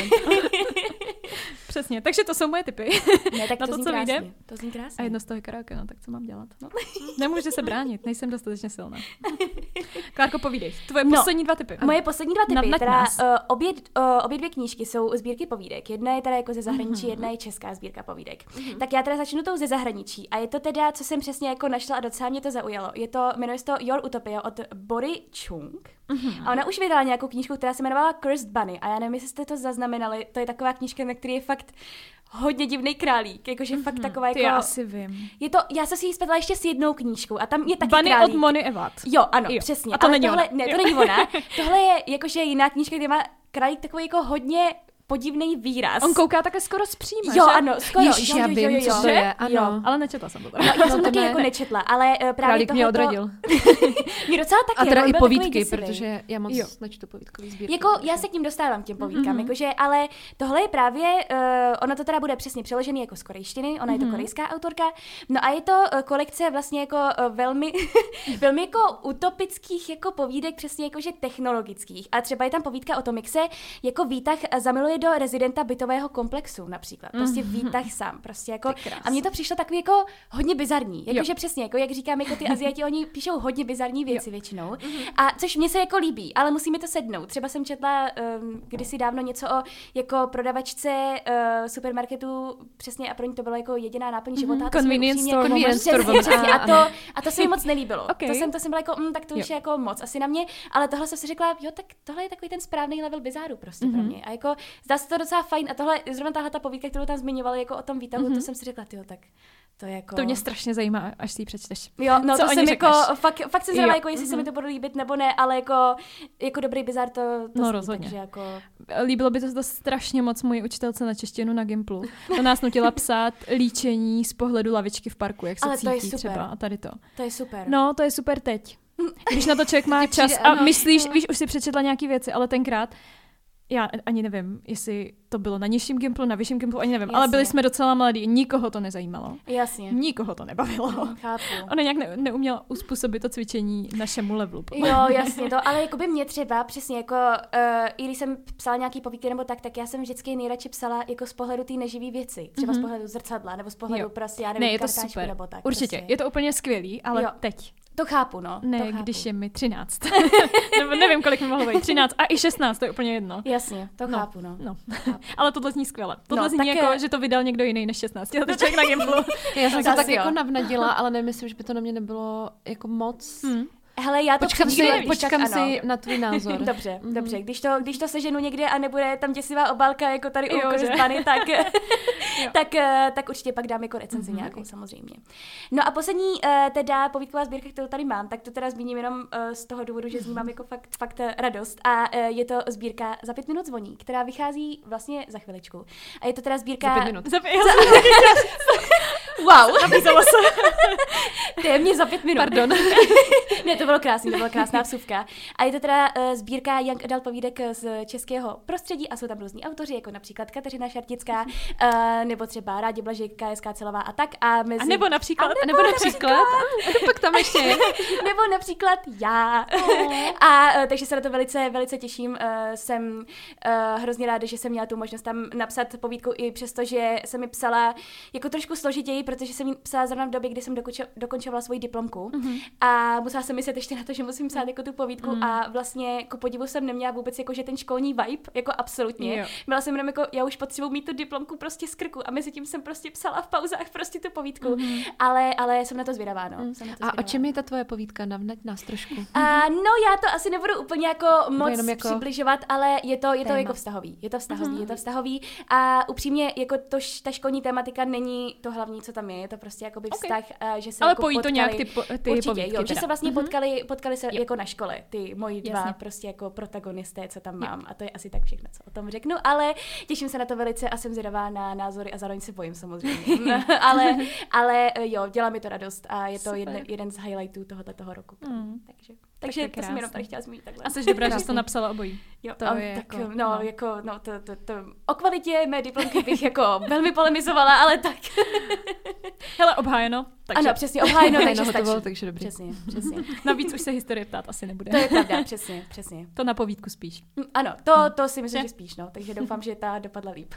Přesně, takže to jsou moje tipy. Ne, tak na to, co vyjde. To zní krásně. A jedno z toho je karaoke, no tak co mám dělat? No. Nemůžu se bránit, nejsem dostatečně silná. Klárko, povídej, tvoje poslední 2 tipy. Moje poslední 2 tipy, teda obě 2 knížky jsou sbírky povídek. Jedna je teda jako ze zahraničí, jedna je česká sbírka povídek. Tak já teda začnu tou ze zahraničí a je to teda, co jsem přesně jako našla a docela mě to zaujalo. Jmenuje se to Your Utopia od Bory Chung. A ona už vydala nějakou knížku, která se jmenovala Cursed Bunny a já nevím, jestli jste to zaznamenali, to je taková knížka, na který je fakt hodně divný králík, jakože fakt taková jako... Ty já asi vím. Je to, já jsem si ji spletla ještě s jednou knížkou a tam je taky Bunny králík. od Moni Evat. Jo, ano, přesně. A to není ona. Ne, to není ona. Tohle je jakože jiná knížka, kde má králík takový jako hodně podivný výraz. On kouká také skoro zpříma, jo, že? ano, skoro. Ježiš, já vím, co to je, ano. Jo. Ale nečetla jsem to. No, já jsem taky jako nečetla, ale právě králík mě odradil. Mě docela taky. A teda i povídky, protože já moc nečtu povídkový sbírky. Jako já se k ním dostávám, těm povídkám, jakože, ale tohle je právě, ono to teda bude přesně přeložený jako z korejštiny, ona je to korejská autorka, no a je to kolekce vlastně jako velmi jako utopických jako povídek, přesně jakože technologických. A třeba je tam povídka o tom, jak se jako výtah zamiluje do rezidenta bytového komplexu například. Prostě výtah sám, prostě jako. A mně to přišlo takový jako hodně bizarní, jakože přesně, jako jak říkám, jako ty Aziati, oni píšou hodně bizarní věci většinou. A což mně se jako líbí, ale musí mi to sednout. Třeba jsem četla kdysi dávno něco o jako prodavačce supermarketu, přesně a pro ní to bylo jako jediná náplň života. Convenience store. A to se mi moc nelíbilo. To jsem byla jako, tak to už je jako moc asi na mě, ale tohle jsem si řekla, jo, tak tohle je takový ten správný level bizáru prostě pro mě. A jako zdá se to docela fajn a tohle, zrovna tahle ta povídka, kterou tam zmiňovali jako o tom výtahu, to jsem si řekla, tyjo, tak to je jako... To mě strašně zajímá, až si ji přečteš. Jo, no co to jsem řekneš? jako, fakt jsem zvědavá, jako jestli se mi to bude líbit nebo ne, ale jako dobrý bizar to no rozhodně. Takže jako... Líbilo by to strašně moc mojí učitelce na češtinu na Gimplu. To nás nutila psát líčení z pohledu lavičky v parku, jak se ale cítí třeba a tady to. To je super. No, to je super teď. Když na to člověk má čas a myslíš, víš, už si přečetla nějaký věci, ale tenkrát já ani nevím, jestli to bylo na nižším Gimplu, na vyšším Gimplu, ani nevím, ale byli jsme docela mladí, nikoho to nezajímalo. Jasně. Nikoho to nebavilo. Chápu. Ona nějak neuměla uspůsobit to cvičení našemu levelu. Jo, jasně to, ale jakoby mě třeba přesně jako, i když jsem psala nějaký povídky nebo tak já jsem vždycky nejradši psala jako z pohledu té neživý věci. Třeba z pohledu zrcadla, nebo z pohledu prostě, já nevím, ne, je to kartáčku, super. Nebo tak. Určitě, prostě. je to úplně skvělý, ale teď. To chápu, no. Ne, to chápu. když je mi 13. Nebo nevím, kolik mi mohlo být. 13 a i 16, to je úplně jedno. Jasně, to chápu, no. Ale tohle zní skvěle. Tohle zní jako, že to vydal někdo jiný než 16. To člověk na Gimplu. Já jsem se tak jako navnadila, ale nemyslím, že by to na mě nebylo jako moc... Hele, já to počkám si na tvůj názor. Dobře. Když to seženu někde a nebude tam děsivá obálka jako tady u Kořistbany, tak určitě pak dám jako recenzi nějakou samozřejmě. No a poslední teda povídková sbírka, kterou tady mám, tak to teda zmíním jenom z toho důvodu, že z ní mám jako fakt radost a je to sbírka Za 5 minut zvoní, která vychází vlastně za chviličku. A je to teda sbírka... Za 5 minut. Wow. Téměř za 5 minut. Pardon. Ne, to byla krásná vsuvka. A je to teda sbírka Young Adult povídek z českého prostředí a jsou tam různí autoři, jako například Kateřina Šartická, nebo třeba Rádě Blažej, KSK Celová a tak. A nebo například. A nebo například. A pak tam ještě. Nebo například já. A takže se na to velice těším. Jsem hrozně ráda, že jsem měla tu možnost tam napsat povídku i přesto, že jsem mi psala jako trošku složitěji, protože jsem ji psala zrovna v době, kdy jsem dokončovala svoji diplomku. A musela jsem myslet ještě na to, že musím psát jako tu povídku a vlastně ku podivu jsem neměla vůbec jako, že ten školní vibe, jako absolutně. Jo. Byla jsem jenom jako, já už potřebuji mít tu diplomku prostě z krku a mezi tím jsem prostě psala v pauzách prostě tu povídku. Ale jsem na to zvědavá, no. A o čem je ta tvoje povídka? Navnať nás trošku. No já to asi nebudu úplně jako moc přibližovat, ale je to jako vztahový. Je to vztahový a upřímně jako ta školní tematika není to hlavní, co tam je to prostě jakoby vztah, že se ale jako pojí potkali, to nějak ty povídky, jo, že se vlastně potkali se jako na škole, ty moji dva prostě jako protagonisté, co tam mám a to je asi tak všechno, co o tom řeknu, ale těším se na to velice a jsem zvědavá na názory a zároveň se bojím samozřejmě, ale jo, dělá mi to radost a je to jeden z highlightů tohoto roku. Takže to jsem jenom tady chtěla zmínit takhle. A jsi dobrá, že jsi to napsala obojí. Jo, to je jako, to o kvalitě mé diplomky bych jako velmi polemizovala, ale tak. Hele, obhájeno. Takže... Ano, přesně, obhájeno, takže stačí. Takže dobrý. Přesně. Navíc už se historie ptát asi nebude. To je pravda, přesně. To na povídku spíš. Ano, to si myslím, že spíš, no, takže doufám, že ta dopadla líp.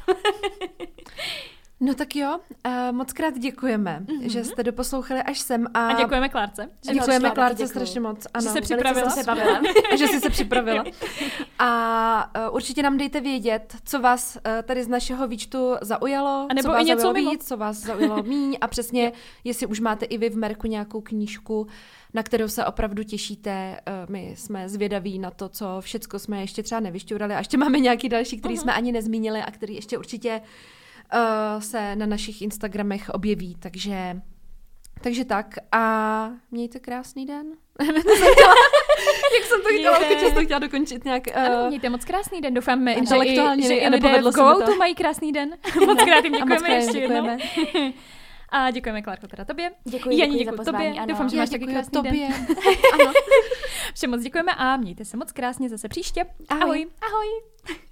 No tak jo, moc krát děkujeme, že jste doposlouchali až sem. A děkujeme Klárce. Děkujeme Klárce strašně moc. Ano, že se připravila. Že jsi se připravila. A určitě nám dejte vědět, co vás tady z našeho výčtu zaujalo, a nebo co vás i něco zaujalo mimo. víc, co vás zaujalo míň a přesně, jestli už máte i vy v merku nějakou knížku, na kterou se opravdu těšíte. My jsme zvědaví na to, co všecko jsme ještě třeba nevyšťourali a ještě máme nějaký další, který jsme ani nezmínili a který ještě určitě se na našich Instagramech objeví, takže tak a mějte krásný den. Jak jsem to často chtěla dokončit nějak. Ano, mějte moc krásný den, doufáme, intelektuálně že i lidé v Go-Outu mají krásný den. Moc krát jim děkujeme ještě jednou. A děkujeme, Klárko, teda tobě. Děkuji za pozvání, tobě. ano. Doufám, že máš taky krásný tobě. Den. Ano. Všem moc děkujeme a mějte se moc krásně zase příště. Ahoj. Ahoj.